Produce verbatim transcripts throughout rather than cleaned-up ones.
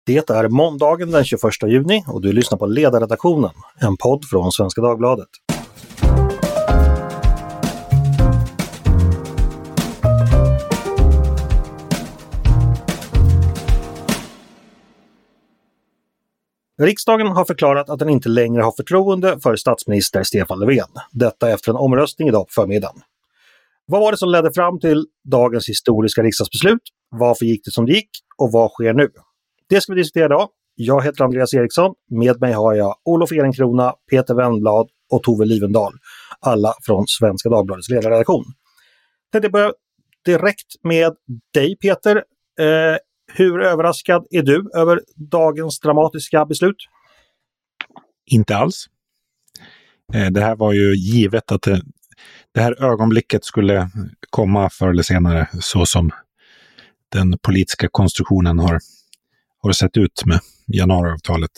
Det är måndagen den tjugoförsta juni och du lyssnar på Ledarredaktionen, en podd från Svenska Dagbladet. Riksdagen har förklarat att den inte längre har förtroende för statsminister Stefan Löfven. Detta efter en omröstning idag på förmiddagen. Vad var det som ledde fram till dagens historiska riksdagsbeslut? Varför gick det som det gick? Och vad sker nu? Det ska vi diskutera idag. Jag heter Andreas Eriksson. Med mig har jag Olof Ehrenkrona, Peter Wennblad och Tove Livendal. Alla från Svenska Dagbladets ledarredaktion. Jag börjar direkt med dig, Peter. Eh, hur överraskad är du över dagens dramatiska beslut? Inte alls. Eh, det här var ju givet att det, det här ögonblicket skulle komma förr eller senare, så som den politiska konstruktionen har har sett ut med januariavtalet.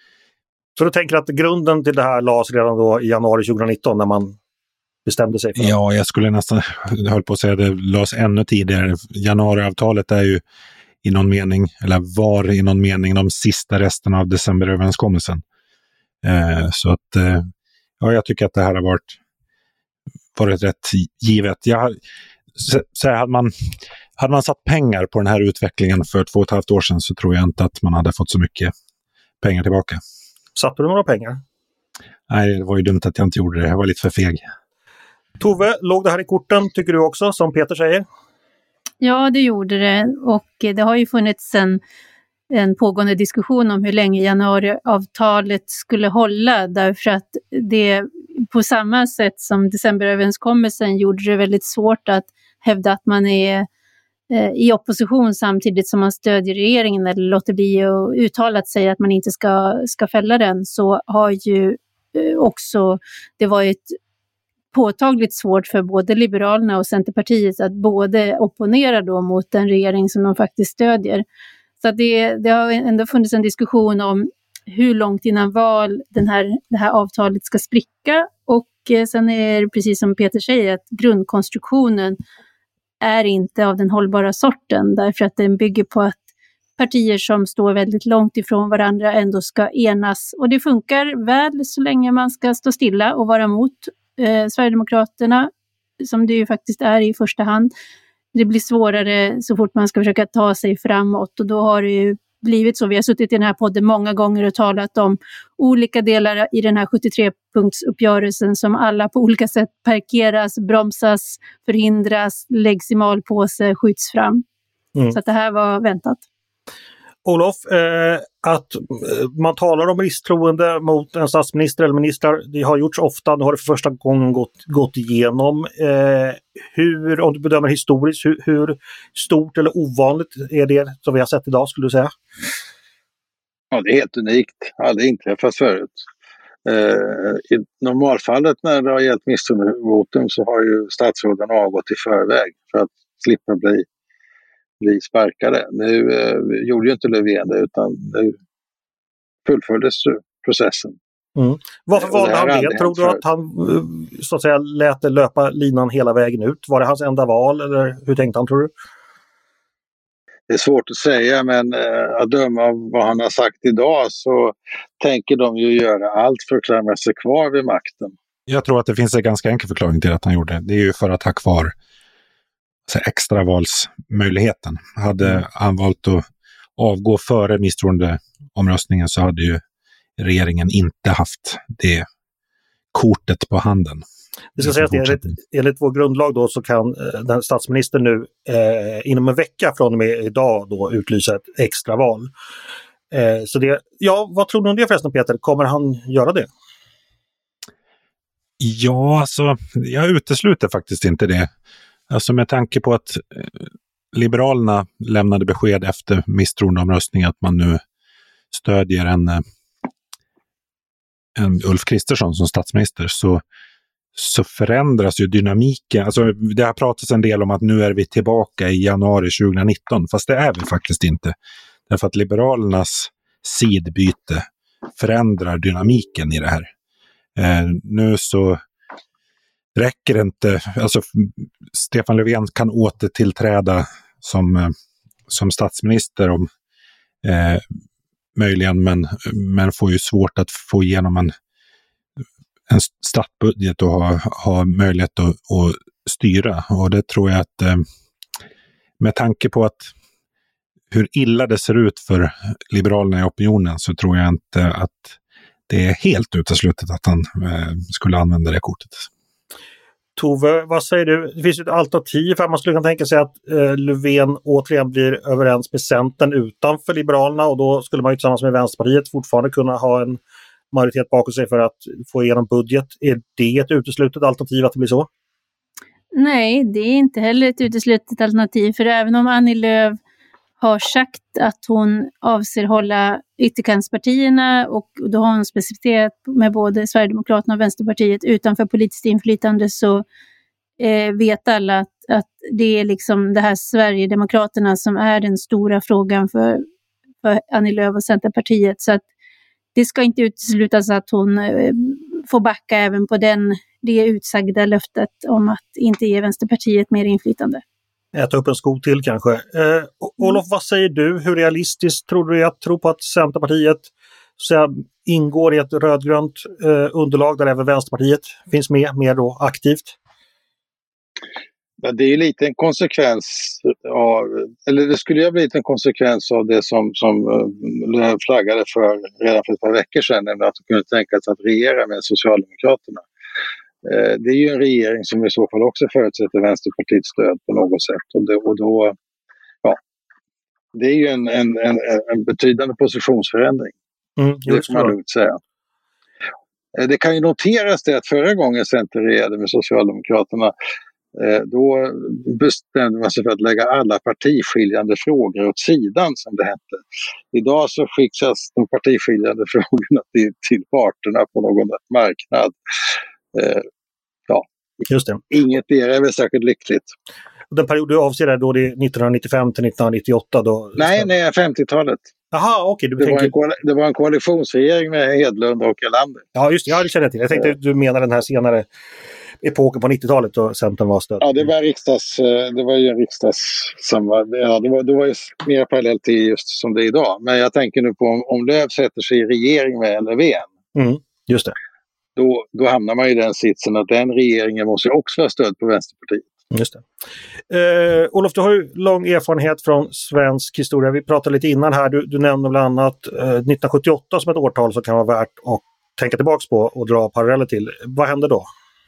Så du tänker att grunden till det här lades redan då i januari tjugonitton när man bestämde sig för det? Ja, jag skulle nästan höll på att säga att det lades ännu tidigare. Januariavtalet är ju i någon mening, eller var i någon mening, de sista resterna av decemberöverenskommelsen. Eh, så att eh, ja, jag tycker att det här har varit, varit rätt givet. Jag, så, så hade man Hade man satt pengar på den här utvecklingen för två och ett halvt år sedan så tror jag inte att man hade fått så mycket pengar tillbaka. Satte du några pengar? Nej, det var ju dumt att jag inte gjorde det. Jag var lite för feg. Tove, låg det här i korten tycker du också, som Peter säger? Ja, det gjorde det. Och det har ju funnits en, en pågående diskussion om hur länge januariavtalet skulle hålla. Därför att det på samma sätt som decemberöverenskommelsen gjorde det väldigt svårt att hävda att man är i opposition samtidigt som man stödjer regeringen eller låter bli och uttalat sig att man inte ska, ska fälla den, så har ju också det varit påtagligt svårt för både Liberalerna och Centerpartiet att både opponera då mot den regering som de faktiskt stödjer. Så det, det har ändå funnits en diskussion om hur långt innan val den här, det här avtalet ska spricka, och sen är det precis som Peter säger att grundkonstruktionen är inte av den hållbara sorten, därför att den bygger på att partier som står väldigt långt ifrån varandra ändå ska enas. Och det funkar väl så länge man ska stå stilla och vara mot eh, Sverigedemokraterna, som det ju faktiskt är i första hand. Det blir svårare så fort man ska försöka ta sig framåt, och då har det ju blivit så. Vi har suttit i den här podden många gånger och talat om olika delar i den här sjuttiotre-punktsuppgörelsen som alla på olika sätt parkeras, bromsas, förhindras, läggs i malpåse, skjuts fram. Mm. Så att det här var väntat. Olof, eh, att man talar om misstroende mot en statsminister eller ministrar, det har gjorts ofta, nu har det för första gången gått, gått igenom. Eh, hur, om du bedömer historiskt, hur, hur stort eller ovanligt är det som vi har sett idag, skulle du säga? Ja, det är helt unikt. Det har aldrig inträffat förut. Eh, I normalfallet när det har gällt misstroendevotum så har ju statsråden avgått i förväg för att slippa bli bli sparkade. Nu eh, gjorde ju inte Löfven det, utan nu fullföljdes processen. Mm. Varför valde han det? Tror du att han så att säga lät det löpa linan hela vägen ut? Var det hans enda val, eller hur tänkte han, tror du? Det är svårt att säga, men eh, att döma av vad han har sagt idag så tänker de ju göra allt för att klämma sig kvar vid makten. Jag tror att det finns en ganska enkel förklaring till att han gjorde det. Det är ju för att ha kvar extravalsmöjligheten. Hade mm. han valt att avgå före misstroendeomröstningen så hade ju regeringen inte haft det kortet på handen. Det ska säga att enligt, enligt vår grundlag då så kan eh, den statsministern nu eh, inom en vecka från och med idag då utlysa ett extraval. Eh, så det, ja, vad tror du om det förresten, Peter? Kommer han göra det? Ja, alltså jag utesluter faktiskt inte det. Alltså med tanke på att eh, Liberalerna lämnade besked efter misstroendeomröstningen att man nu stödjer en, eh, en Ulf Kristersson som statsminister, så, så förändras ju dynamiken. Alltså det har pratats en del om att nu är vi tillbaka i januari tjugonitton, fast det är vi faktiskt inte. Därför att Liberalernas sidbyte förändrar dynamiken i det här. Eh, nu så räcker det inte, alltså Stefan Löfven kan återtillträda som, som statsminister om, eh, möjligen, men, men får ju svårt att få igenom en, en statsbudget och ha, ha möjlighet att, att styra. Och det tror jag att eh, med tanke på att hur illa det ser ut för Liberalerna i opinionen, så tror jag inte att det är helt uteslutet att han eh, skulle använda det kortet. Tove, vad säger du? Det finns ju ett alternativ för att man skulle kunna tänka sig att eh, Löfven återigen blir överens med Centern utanför Liberalerna, och då skulle man ju tillsammans med Vänsterpartiet fortfarande kunna ha en majoritet bakom sig för att få igenom budget. Är det ett uteslutet alternativ att det blir så? Nej, det är inte heller ett uteslutet alternativ, för även om Annie Lööf har sagt att hon avser hålla ytterkantspartierna, och då har hon specificerat med både Sverigedemokraterna och Vänsterpartiet utanför politiskt inflytande, så eh, vet alla att, att det är liksom det här Sverigedemokraterna som är den stora frågan för, för Annie Lööf och Centerpartiet. Så att det ska inte uteslutas att hon eh, får backa även på den, det utsagda löftet om att inte ge Vänsterpartiet mer inflytande. Äta upp en sko till kanske. Eh, Olof, vad säger du? Hur realistiskt tror du att tro på att Centerpartiet så att säga, ingår i ett rödgrönt eh, underlag där även Vänsterpartiet finns med mer då aktivt? Ja, det är ju lite en konsekvens av, eller det skulle ju bli en konsekvens av det som, som uh, flaggade för redan för ett par veckor sedan, nämligen att de kunde tänka sig att regera med Socialdemokraterna. Uh, det är ju en regering som i så fall också förutsätter Vänsterpartiets stöd på något sätt, och, det, och då, ja, det är ju en, en, en, en betydande positionsförändring. Mm, det får man lugnt säga. Uh, det kan ju noteras det att förra gången Centern regerade med Socialdemokraterna, då bestämde man sig för att lägga alla partiskiljande frågor åt sidan, som det hette. Idag så skickas de partiskiljande frågorna till, till parterna på någon marknad. Eh, ja. Just det. Inget är, är väl särskilt lyckligt. Den period du avser är då det är nittonhundranittiofem till nittonhundranittioåtta? Då... Nej, nej, femtiotalet. Jaha, okej. Okay, det, tänker... var en, det var en koalitionsregering med Hedlund och Erlander. Ja, just det. Ja, det känner jag till. Jag tänkte att du menar den här senare epoken på nittiotalet då Centern var stöd. Ja, det var riksdags, det var ju en riksdagssamarbete. Ja, det var, det var ju mer parallellt till just som det är idag. Men jag tänker nu på om, om Lööf sätter sig i regering med Löfven. Mm, just det. Då, då hamnar man i den sitsen att den regeringen måste också ha stöd på Vänsterpartiet. Just det. Eh, Olof, du har ju lång erfarenhet från svensk historia. Vi pratade lite innan här. Du, du nämnde bland annat eh, nittonhundrasjuttioåtta som ett årtal som kan vara värt att tänka tillbaka på och dra paralleller till. Vad hände då?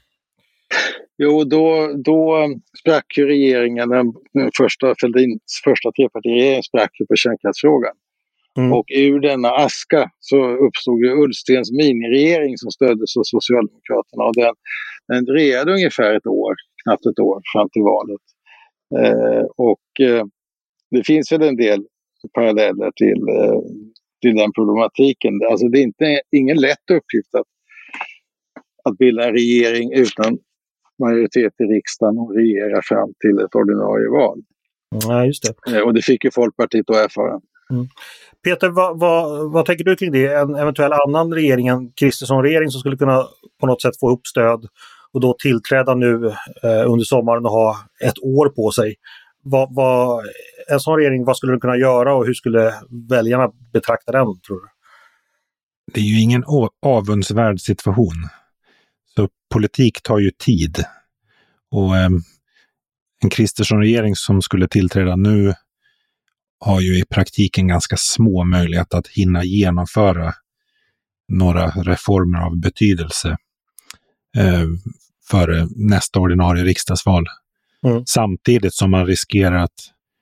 Jo, då, då sprack ju regeringen, den första Fälldins första trepartiregering sprack ju på kärnkraftsfrågan. Mm. Och ur denna aska så uppstod ju Ullstens miniregering som stöddes av Socialdemokraterna. Och den, den regerade ungefär ett år, knappt ett år fram till valet. Eh, och eh, det finns väl en del paralleller till, eh, till den problematiken. Alltså det är inte, ingen lätt uppgift att, att bilda en regering utan majoritet i riksdagen och regera fram till ett ordinarie val. Ja, just det. Eh, och det fick ju Folkpartiet då erfara. Mm. Peter, vad, vad, vad tänker du kring det? En eventuell annan regering, en Kristersson-regering som skulle kunna på något sätt få upp stöd och då tillträda nu eh, under sommaren och ha ett år på sig. Vad, vad, en sån regering, vad skulle den kunna göra och hur skulle väljarna betrakta den, tror du? Det är ju ingen avundsvärd situation. Så politik tar ju tid. Och eh, en Kristersson-regering som skulle tillträda nu har ju i praktiken ganska små möjligheter att hinna genomföra några reformer av betydelse eh, före nästa ordinarie riksdagsval. Mm. Samtidigt som man riskerar att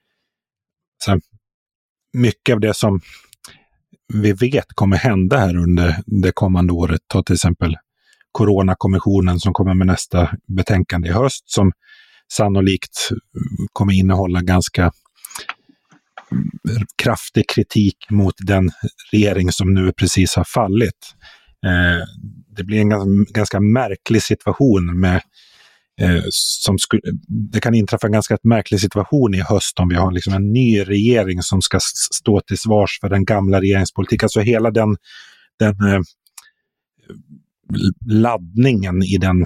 så här, mycket av det som vi vet kommer hända här under det kommande året, ta till exempel Coronakommissionen som kommer med nästa betänkande i höst, som sannolikt kommer innehålla ganska kraftig kritik mot den regering som nu precis har fallit. Eh, det blir en ganska, ganska märklig situation med eh, som skulle, det kan inträffa en ganska märklig situation i höst om vi har liksom en ny regering som ska stå till svars för den gamla regeringspolitiken. Alltså hela den, den eh, laddningen i den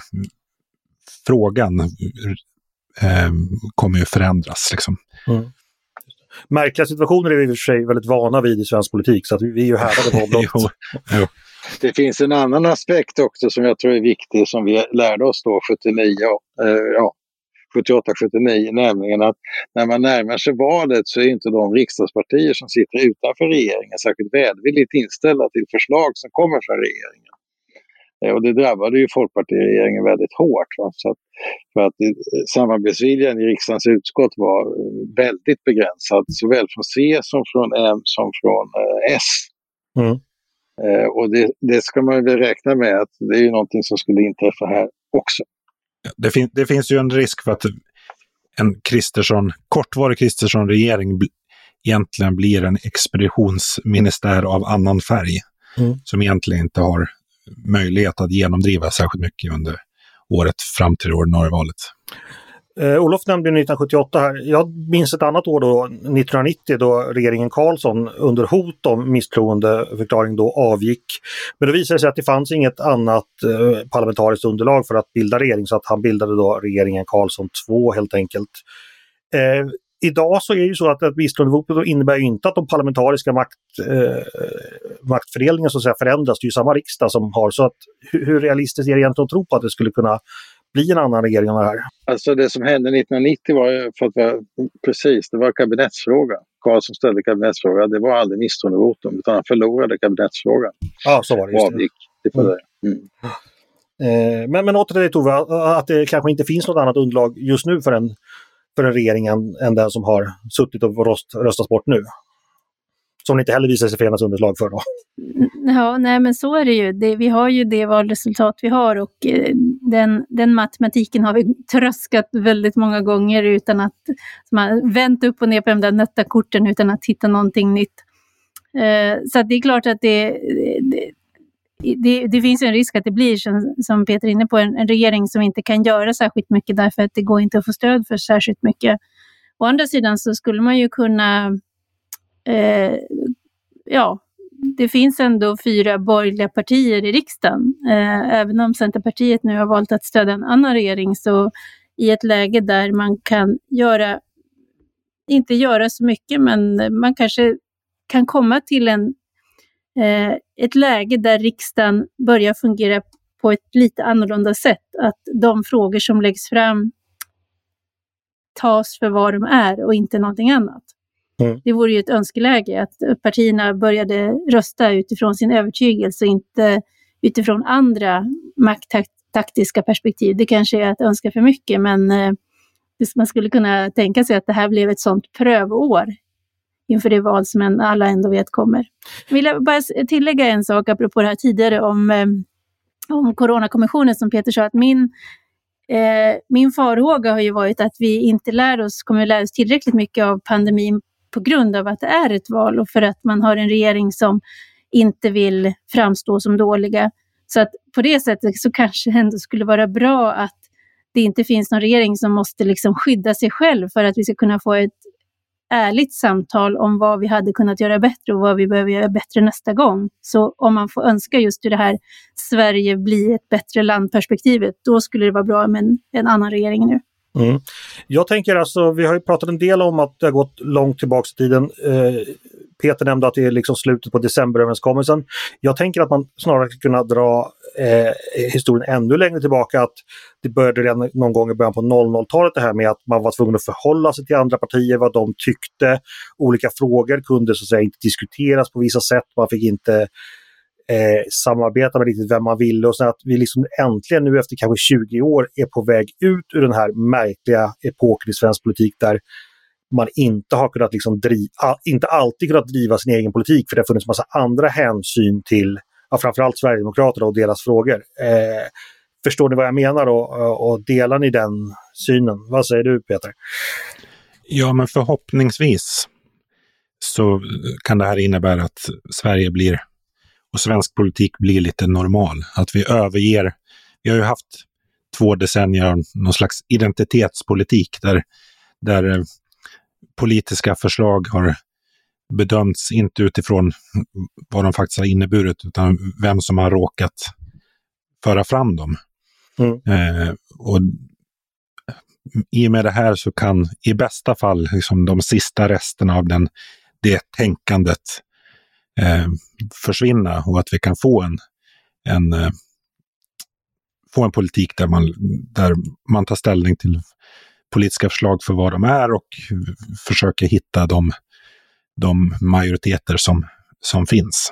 frågan eh, kommer ju förändras liksom. Mm. Märkliga situationer är vi i och för sig väldigt vana vid i svensk politik, så att vi är ju härdade på området. jo, jo. Det finns en annan aspekt också som jag tror är viktig, som vi lärde oss då sjuttionio, eh, ja, sjuttioåtta sjuttionio, nämligen att när man närmar sig valet så är inte de riksdagspartier som sitter utanför regeringen särskilt välvilligt inställda till förslag som kommer från regeringen. Eh, och det drabbade ju Folkpartiregeringen väldigt hårt. Va? Så att, för att eh, samarbetsviljan i riksdagens utskott var eh, väldigt begränsad, såväl från C som från M som från eh, S. Mm. Eh, och det, det ska man väl räkna med att det är ju någonting som skulle inträffa här också. Det, fin- det finns ju en risk för att en Kristersson, kortvarig Kristersson-regering bl- egentligen blir en expeditionsministär av annan färg. Mm. Som egentligen inte har möjlighet att genomdriva särskilt mycket under året fram till det ordinarie valet. Uh, Olof nämnde nittonhundrasjuttioåtta här. Jag minns ett annat år då, nittonhundranittio, då regeringen Karlsson under hot om misstroendeförklaring då avgick. Men då visade det sig att det fanns inget annat uh, parlamentariskt underlag för att bilda regering, så att han bildade då regeringen Karlsson två helt enkelt. Uh, idag så är det ju så att ett misstroendevotum innebär ju inte att de parlamentariska makt, uh, maktfördelningen så att säga förändras. Det är ju samma riksdag som har, så att hur, hur realistiskt är det egentligen att tro på att det skulle kunna bli en annan regering än det här? Alltså det som hände nittonhundranittio var, för att vara precis, det var kabinettsfråga. Karlsson ställde kabinettsfråga, det var aldrig misstroendevotum, utan han förlorade kabinettsfrågan. Ja, så var det. Just det. det. Mm. Mm. Eh, men, men åter till det, Tove, att det kanske inte finns något annat underlag just nu för en, för en regering än, än den som har suttit och röst, röstats bort nu. Som inte heller visar sig finnas underslag för då. Ja, nej men så är det ju. Det, vi har ju det valresultat vi har, och eh, den, den matematiken har vi tröskat väldigt många gånger utan att man vänt upp och ner på de där nötta korten utan att hitta någonting nytt. Eh, så att det är klart att det, det, det, det finns en risk att det blir, som, som Peter är inne på, en, en regering som inte kan göra särskilt mycket därför att det går inte att få stöd för särskilt mycket. Å andra sidan så skulle man ju kunna Eh, ja, det finns ändå fyra borgerliga partier i riksdagen. Eh, även om Centerpartiet nu har valt att stödja en annan regering, så i ett läge där man kan göra, inte göra så mycket, men man kanske kan komma till en, eh, ett läge där riksdagen börjar fungera på ett lite annorlunda sätt. Att de frågor som läggs fram tas för vad de är och inte någonting annat. Mm. Det vore ju ett önskeläge att partierna började rösta utifrån sin övertygelse, inte utifrån andra makttaktiska perspektiv. Det kanske är att önska för mycket, men eh, man skulle kunna tänka sig att det här blev ett sånt prövår inför det val som alla ändå vet kommer. Jag vill bara tillägga en sak apropå det här tidigare om, eh, om coronakommissionen, som Peter sa, att min eh, min farhåga har ju varit att vi inte lär oss, kommer lära oss tillräckligt mycket av pandemin på grund av att det är ett val och för att man har en regering som inte vill framstå som dåliga. Så att på det sättet så kanske det ändå skulle vara bra att det inte finns någon regering som måste liksom skydda sig själv för att vi ska kunna få ett ärligt samtal om vad vi hade kunnat göra bättre och vad vi behöver göra bättre nästa gång. Så om man får önska just i det här Sverige blir ett bättre land-perspektivet, då skulle det vara bra med en, en annan regering nu. Mm. Jag tänker alltså, vi har ju pratat en del om att det har gått långt tillbaka i tiden. Eh, Peter nämnde att det är liksom slutet på decemberöverenskommelsen. Jag tänker att man snarare ska kunna dra eh, historien ännu längre tillbaka, att det började redan någon gång i början på noll noll-talet det här med att man var tvungen att förhålla sig till andra partier, vad de tyckte. Olika frågor kunde så att säga inte diskuteras på vissa sätt, man fick inte Eh, samarbeta med riktigt vem man ville, och så att vi liksom äntligen nu efter kanske tjugo år är på väg ut ur den här märkliga epoken i svensk politik där man inte har kunnat liksom driva, inte alltid kunnat driva sin egen politik, för det har funnits massa andra hänsyn till, ja, framförallt Sverigedemokraterna och deras frågor. Eh, förstår ni vad jag menar och, och delar ni den synen? Vad säger du, Peter? Ja, men förhoppningsvis så kan det här innebära att Sverige blir och svensk politik blir lite normal. Att vi överger, vi har ju haft två decennier av någon slags identitetspolitik där, där politiska förslag har bedömts inte utifrån vad de faktiskt har inneburit, utan vem som har råkat föra fram dem. Mm. Eh, och i och med det här så kan i bästa fall liksom de sista resterna av den, det tänkandet eh, försvinna och att vi kan få en, en, eh, få en politik där man, där man tar ställning till politiska förslag för vad de är och försöker hitta de, de majoriteter som, som finns.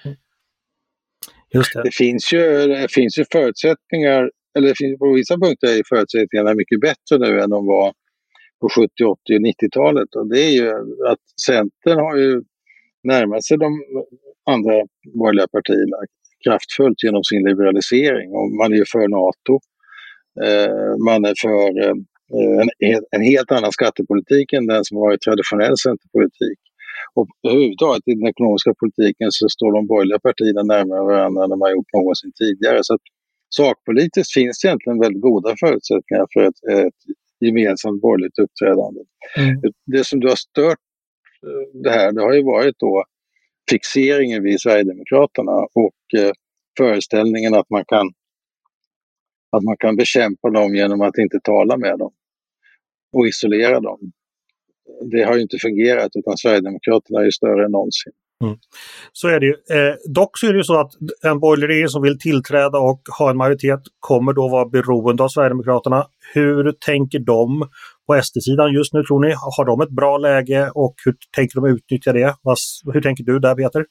Just det. Det finns ju, det finns ju förutsättningar, eller det finns, på vissa punkter är förutsättningarna mycket bättre nu än de var på sjuttio-, åttio- och nittiotalet. Och det är ju att Centern har ju närmat sig de andra borgerliga partierna kraftfullt genom sin liberalisering. Och man är ju för NATO. Eh, man är för eh, en, en helt annan skattepolitik än den som har varit traditionell centerpolitik. Och överhuvudtaget i den ekonomiska politiken så står de borgerliga partierna närmare varandra än de har gjort någonsin tidigare. Så att sakpolitiskt finns det egentligen väldigt goda förutsättningar för ett, ett gemensamt borgerligt uppträdande. Mm. Det som du har stört det här, det har ju varit då fixeringen vid Sverigedemokraterna och eh, föreställningen att man kan att man kan bekämpa dem genom att inte tala med dem och isolera dem. Det har ju inte fungerat, utan Sverigedemokraterna är ju större än någonsin. Mm. Så är det ju. Eh, dock så är det ju så att en borgerlig regering som vill tillträda och ha en majoritet kommer då vara beroende av Sverigedemokraterna. Hur tänker de på S D-sidan just nu, tror ni? Har de ett bra läge och hur tänker de utnyttja det? Hur tänker du där, Peter?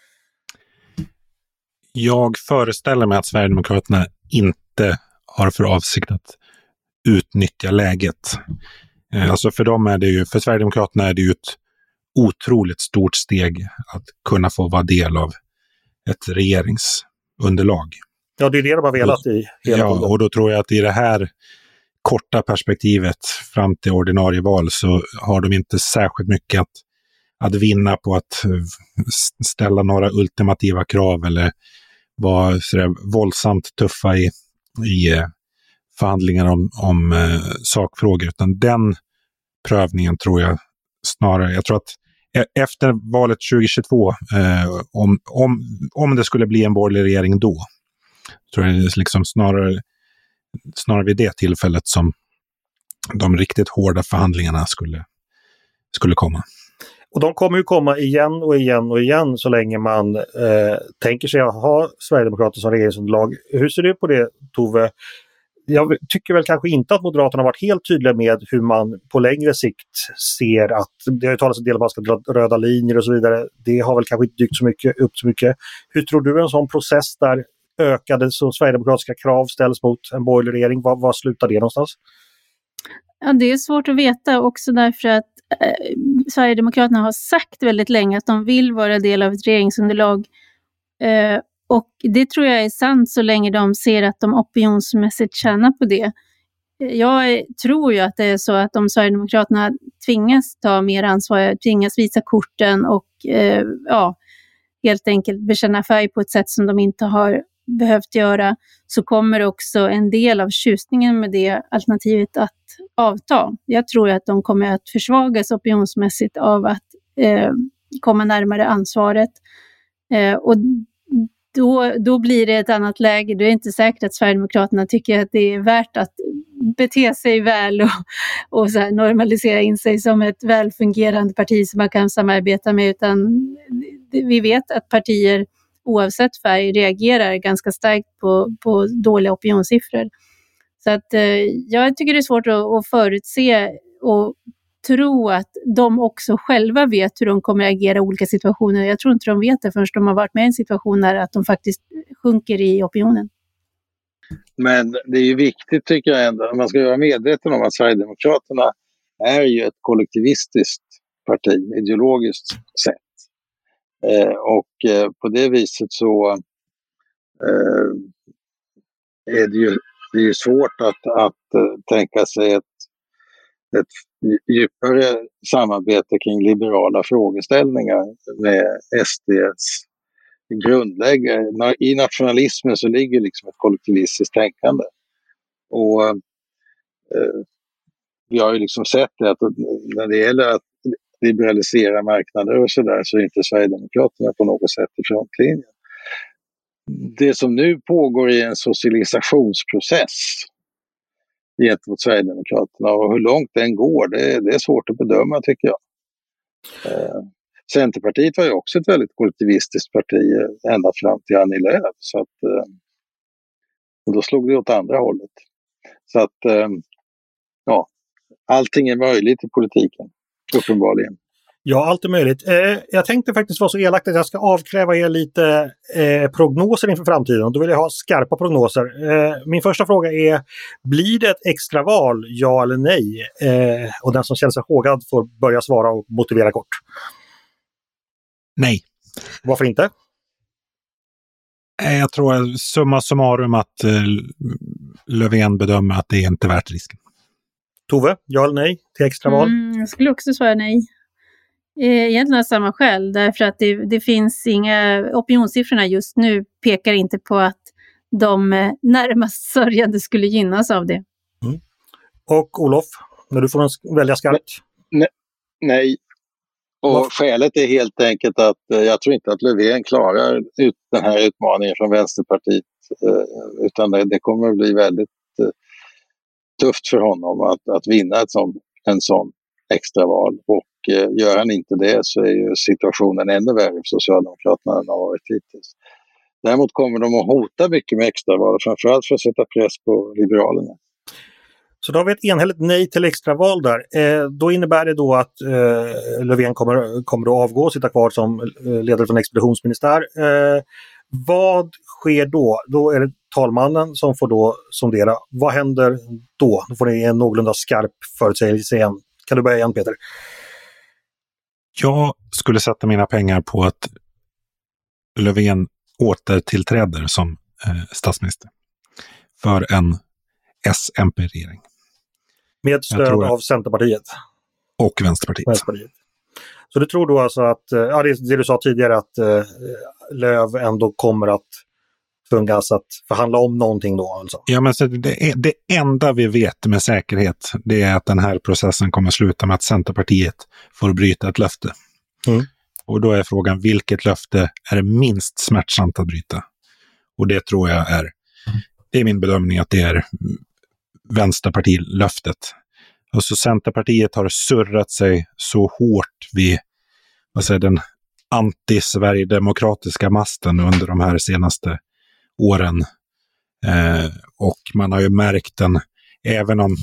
Jag föreställer mig att Sverigedemokraterna inte har för avsikt att utnyttja läget. Alltså för dem är det ju, för Sverigedemokraterna är det ju ett otroligt stort steg att kunna få vara del av ett regeringsunderlag. Ja, det är det de har velat i hela Ja, tiden. och då tror jag att i det här korta perspektivet fram till ordinarie val så har de inte särskilt mycket att, att vinna på att ställa några ultimativa krav eller vara sådär våldsamt tuffa i, i förhandlingar om, om eh, sakfrågor, utan den prövningen tror jag snarare, jag tror att e- efter valet tjugohundratjugotvå eh, om, om, om det skulle bli en borgerlig regering då, tror jag det är liksom snarare, snarare vid det tillfället som de riktigt hårda förhandlingarna skulle, skulle komma. Och de kommer ju komma igen och igen och igen så länge man eh, tänker sig att ha Sverigedemokrater som regeringsunderlag. Hur ser du på det, Tove? Jag tycker väl kanske inte att Moderaterna har varit helt tydliga med hur man på längre sikt ser att, det har ju talats en del om att man ska dra röda linjer och så vidare. Det har väl kanske inte dykt så mycket, upp så mycket. Hur tror du en sån process där ökade så sverigedemokratiska krav ställs mot en borgerlig regering? Var, var slutar det någonstans? Ja, det är svårt att veta också därför att eh, Sverigedemokraterna har sagt väldigt länge att de vill vara del av ett regeringsunderlag. Eh, och det tror jag är sant så länge de ser att de opinionsmässigt tjänar på det. Jag tror ju att det är så att om Sverigedemokraterna tvingas ta mer ansvar, tvingas visa korten och eh, ja, helt enkelt bekänna färg på ett sätt som de inte har behövt göra, så kommer också en del av tjusningen med det alternativet att avta. Jag tror att de kommer att försvagas opinionsmässigt av att eh, komma närmare ansvaret. Eh, och då, då blir det ett annat läge. Det är inte säkert att Sverigedemokraterna tycker att det är värt att bete sig väl och, och så här normalisera in sig som ett välfungerande parti som man kan samarbeta med, utan vi vet att partier oavsett färg reagerar ganska starkt på, på dåliga opinionssiffror. Så att eh, jag tycker det är svårt att, att förutse och tro att de också själva vet hur de kommer att agera i olika situationer. Jag tror inte de vet det förrän de har varit med i en situation där att de faktiskt sjunker i opinionen. Men det är ju viktigt, tycker jag ändå, man ska vara medveten om att Sverigedemokraterna är ju ett kollektivistiskt parti, ideologiskt sett. Eh, och eh, på det viset så eh, är det ju, det är ju svårt att, att uh, tänka sig ett, ett djupare samarbete kring liberala frågeställningar med S D:s grundläggare. I nationalismen så ligger liksom ett kollektivistiskt tänkande. Och eh, vi har ju liksom sett det att när det gäller att liberalisera marknader och sådär så är inte Sverigedemokraterna på något sätt i frontlinjen. Det som nu pågår i en socialisationsprocess gentemot Sverigedemokraterna. Och hur långt den går, det, det är svårt att bedöma tycker jag. Eh, Centerpartiet var ju också ett väldigt kollektivistiskt parti ända fram till Annie Lööf. Så att, eh, och då slog det åt andra hållet. Så att eh, ja, allting är möjligt i politiken, uppenbarligen. Ja, allt är möjligt. Eh, jag tänkte faktiskt vara så elakt att jag ska avkräva er lite eh, prognoser inför framtiden. Och då vill jag ha skarpa prognoser. Eh, min första fråga är, blir det ett extraval, ja eller nej? Eh, och den som känner sig hågad får börja svara och motivera kort. Nej. Varför inte? Jag tror summa summarum att eh, Löfven bedömer att det är inte värt risken. Tove, ja eller nej till extraval? Mm, jag skulle också svara nej. Egentligen av samma skäl, därför att det, det finns inga, opinionssiffrorna just nu pekar inte på att de närmast sörjande skulle gynnas av det. Mm. Och Olof, när du får välja skarpt? Nej. nej. Och Varför? Skälet är helt enkelt att eh, jag tror inte att Löfven klarar ut den här utmaningen från Vänsterpartiet. Eh, utan det, det kommer att bli väldigt eh, tufft för honom att, att vinna ett sån, en sån extraval. Och eh, gör han inte det så är ju situationen ännu värre för Socialdemokraterna än den har varit hittills. Däremot kommer de att hota mycket med extraval, framförallt för att sätta press på Liberalerna. Så då har vi ett enhälligt nej till extraval där. Eh, då innebär det då att eh, Löfven kommer, kommer att avgå och sitta kvar som eh, ledare för en expeditionsministär. Eh, vad sker då? Då är det talmannen som får då sondera. Vad händer då? Då får ni en någorlunda skarp förutsägelse igen. Kan du börja igen, Peter? Jag skulle sätta mina pengar på att Löfven återtillträder som eh, statsminister för en S M P-regering. Med stöd av Centerpartiet? Och Vänsterpartiet. Vänsterpartiet. Så du tror då alltså att, ja det, det du sa tidigare, att eh, Löv ändå kommer att tvingas att förhandla om någonting då alltså? Ja, men så det, det enda vi vet med säkerhet, det är att den här processen kommer sluta med att Centerpartiet får bryta ett löfte. Mm. Och då är frågan, vilket löfte är det minst smärtsamt att bryta? Och det tror jag är, det är min bedömning att det är Vänsterpartilöftet. Alltså Centerpartiet har surrat sig så hårt vid vad säger, den anti-sverigedemokratiska masten under de här senaste åren. Eh, och man har ju märkt den, även om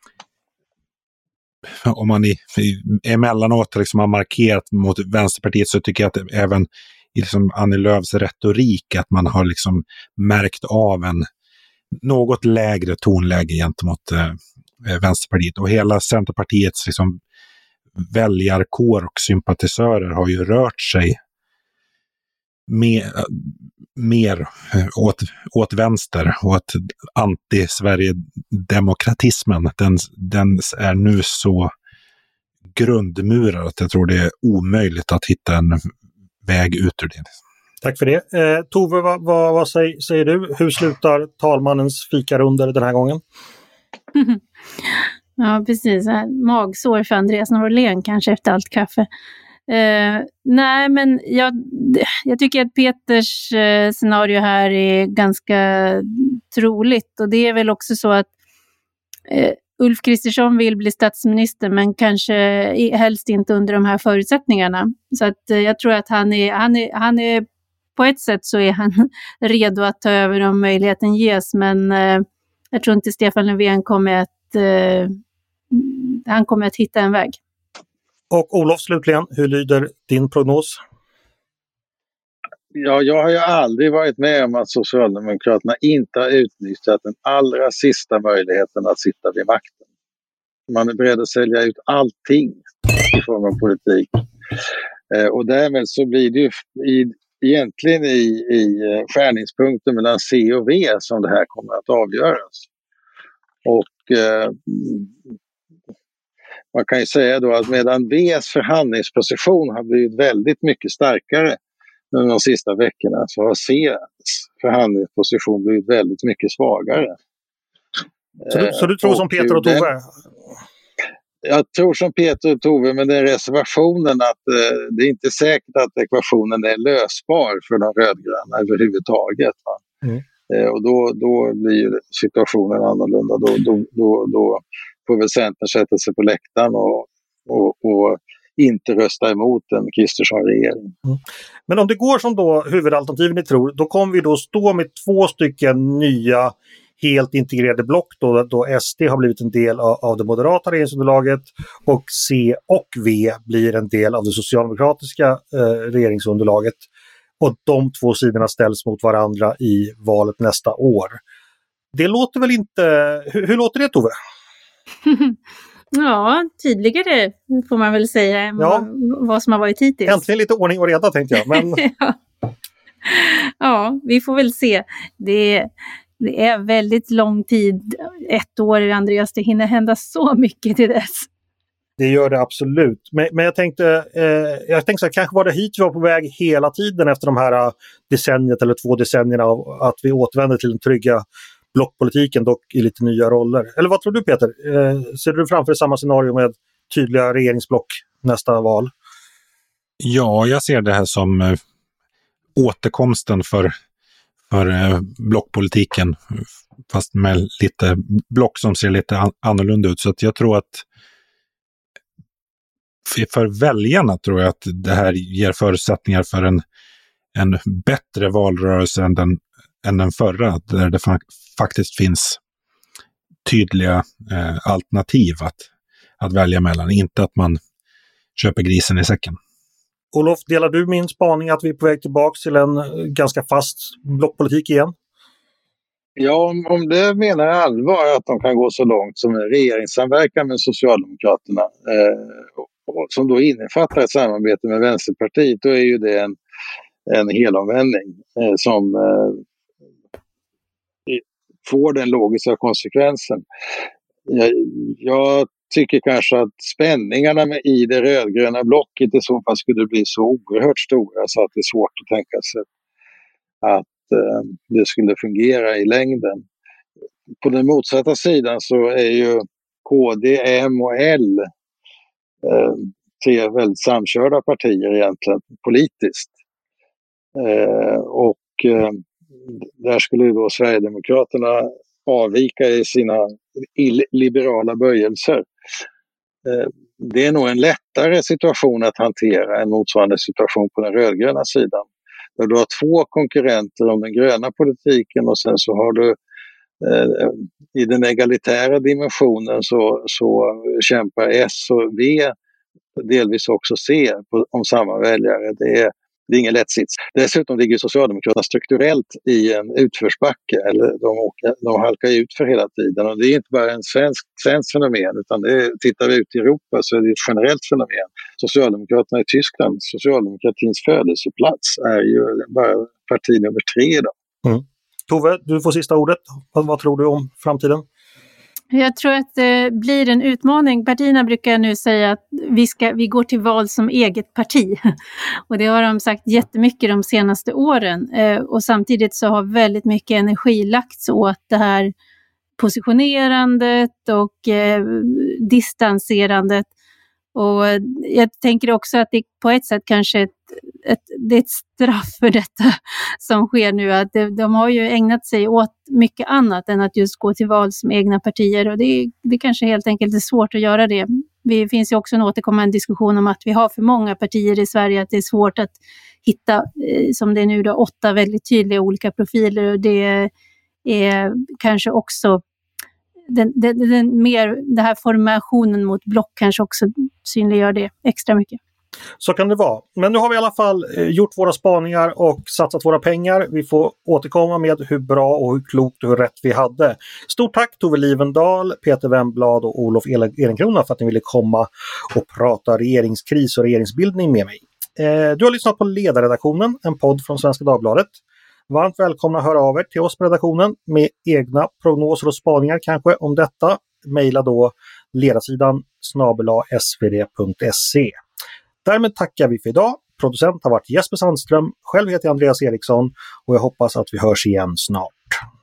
om man i, i, emellanåt liksom har markerat mot Vänsterpartiet, så tycker jag att det, även i liksom Annie Lööfs retorik, att man har liksom märkt av en något lägre tonläge gentemot eh, Vänsterpartiet. Och hela Centerpartiets liksom väljarkår och sympatisörer har ju rört sig mer, mer åt, åt vänster, och att anti-Sverigedemokratismen den, den är nu så grundmurad att jag tror det är omöjligt att hitta en väg ut ur det. Tack för det. Eh, Tove, vad, vad, vad säger, säger du? Hur slutar talmannens fikarunder den här gången? Ja, precis. Magsår för Andreas Norlén kanske efter allt kaffe. Eh, nej, men jag, jag tycker att Peters eh, scenario här är ganska troligt. Och det är väl också så att eh, Ulf Kristersson vill bli statsminister, men kanske helst inte under de här förutsättningarna. Så att eh, jag tror att han är, han är, han är på ett sätt så är han redo att ta över om möjligheten ges, men eh, jag tror inte Stefan Löfven kommer att eh, han kommer att hitta en väg. Och Olof, slutligen, hur lyder din prognos? Ja, jag har ju aldrig varit med om att Socialdemokraterna inte har utnyttjat den allra sista möjligheten att sitta vid makten. Man är beredd att sälja ut allting i form av politik. Eh, och därmed så blir det ju i, egentligen i, i skärningspunkten mellan C och V som det här kommer att avgöras. Och eh, man kan ju säga då att medan V:s förhandlingsposition har blivit väldigt mycket starkare under de sista veckorna, så har C:s förhandlingsposition blivit väldigt mycket svagare. Så du, så du tror och som Peter och Tove? Den, jag tror som Peter och Tove, men den reservationen att eh, det är inte säkert att ekvationen är lösbar för de rödgröna överhuvudtaget. Va? Mm. Eh, och då, då blir situationen annorlunda. Då, då, då, då får väl Centern sätta sig på läktaren och, och, och inte rösta emot en Kristersson-regering. Mm. Men om det går som då huvudalternativen ni tror, då kommer vi då stå med två stycken nya helt integrerade block då, då S D har blivit en del av, av det moderata regeringsunderlaget och C och V blir en del av det socialdemokratiska eh, regeringsunderlaget. Och de två sidorna ställs mot varandra i valet nästa år. Det låter väl inte... Hur, hur låter det, Tove? Ja, tydligare får man väl säga än ja. vad, vad som har varit hittills. Äntligen lite ordning och reda, tänkte jag. Men... ja. ja, vi får väl se. Det, det är väldigt lång tid. Ett år, Andreas, det hinner hända så mycket till dess. Det gör det absolut. Men, men jag tänkte, eh, jag tänkte så här, kanske var det hit vi var på väg hela tiden efter de här decenniet eller två decennierna av att vi återvänder till den trygga blockpolitiken, dock i lite nya roller. Eller vad tror du, Peter? Eh, ser du framför dig samma scenario med tydliga regeringsblock nästa val? Ja, jag ser det här som eh, återkomsten för, för eh, blockpolitiken, fast med lite block som ser lite an- annorlunda ut. Så att jag tror att för väljarna tror jag att det här ger förutsättningar för en, en bättre valrörelse än den, än den förra, där det fa- faktiskt finns tydliga eh, alternativ att, att välja mellan. Inte att man köper grisen i säcken. Olof, delar du min spaning att vi är på väg tillbaka till en ganska fast blockpolitik igen? Ja, om, om det menar allvar att de kan gå så långt som en regeringssamverkan med Socialdemokraterna eh, som då innefattar ett samarbete med Vänsterpartiet, då är ju det en, en helomvändning eh, som eh, får den logiska konsekvensen. Jag, jag tycker kanske att spänningarna med i det rödgröna blocket i så fall skulle bli så oerhört stora så att det är svårt att tänka sig att eh, det skulle fungera i längden. På den motsatta sidan så är ju K D, M och L eh, tre väldigt samkörda partier egentligen politiskt. Eh, och eh, där skulle då Sverigedemokraterna avvika i sina liberala böjelser. Eh, det är nog en lättare situation att hantera än motsvarande situation på den rödgröna sidan. Där du har två konkurrenter om den gröna politiken och sen så har du eh, i den egalitära dimensionen så, så kämpar S och V, delvis också C, på, om samma väljare. Det är, det är ingen lätt sits. Dessutom ligger Socialdemokraterna strukturellt i en utförsbacke. Eller de, åker, de halkar ut för hela tiden. Och det är inte bara en svensk, svensk fenomen, utan det är, tittar vi ut i Europa så är det ett generellt fenomen. Socialdemokraterna i Tyskland, socialdemokratins födelseplats, är ju bara parti nummer tre idag. Mm. Tove, du får sista ordet. Vad, vad tror du om framtiden? Jag tror att det blir en utmaning. Partierna brukar nu säga att vi, ska, vi går till val som eget parti. Och det har de sagt jättemycket de senaste åren. Eh, och samtidigt så har väldigt mycket energi lagts åt det här positionerandet och eh, distanserandet. Och jag tänker också att det på ett sätt kanske ett, ett, det är ett straff för detta som sker nu. Att de, de har ju ägnat sig åt mycket annat än att just gå till val som egna partier. Och det, det kanske helt enkelt är svårt att göra det. Det finns ju också en återkommande diskussion om att vi har för många partier i Sverige. Att det är svårt att hitta, som det är nu då, åtta väldigt tydliga olika profiler. Och det är kanske också... Den, den, den mer, den här formationen mot block kanske också synliggör det extra mycket. Så kan det vara. Men nu har vi i alla fall gjort våra spaningar och satsat våra pengar. Vi får återkomma med hur bra och hur klokt och hur rätt vi hade. Stort tack Tove Livendal, Peter Wemblad och Olof Ehrenkrona för att ni ville komma och prata regeringskris och regeringsbildning med mig. Eh, du har lyssnat på Ledarredaktionen, en podd från Svenska Dagbladet. Varmt välkomna att höra av er till oss på redaktionen med egna prognoser och spaningar kanske om detta. Maila då ledarsidan snabel-a s v d punkt se. Därmed tackar vi för idag. Producent har varit Jesper Sandström. Själv heter jag Andreas Eriksson och jag hoppas att vi hörs igen snart.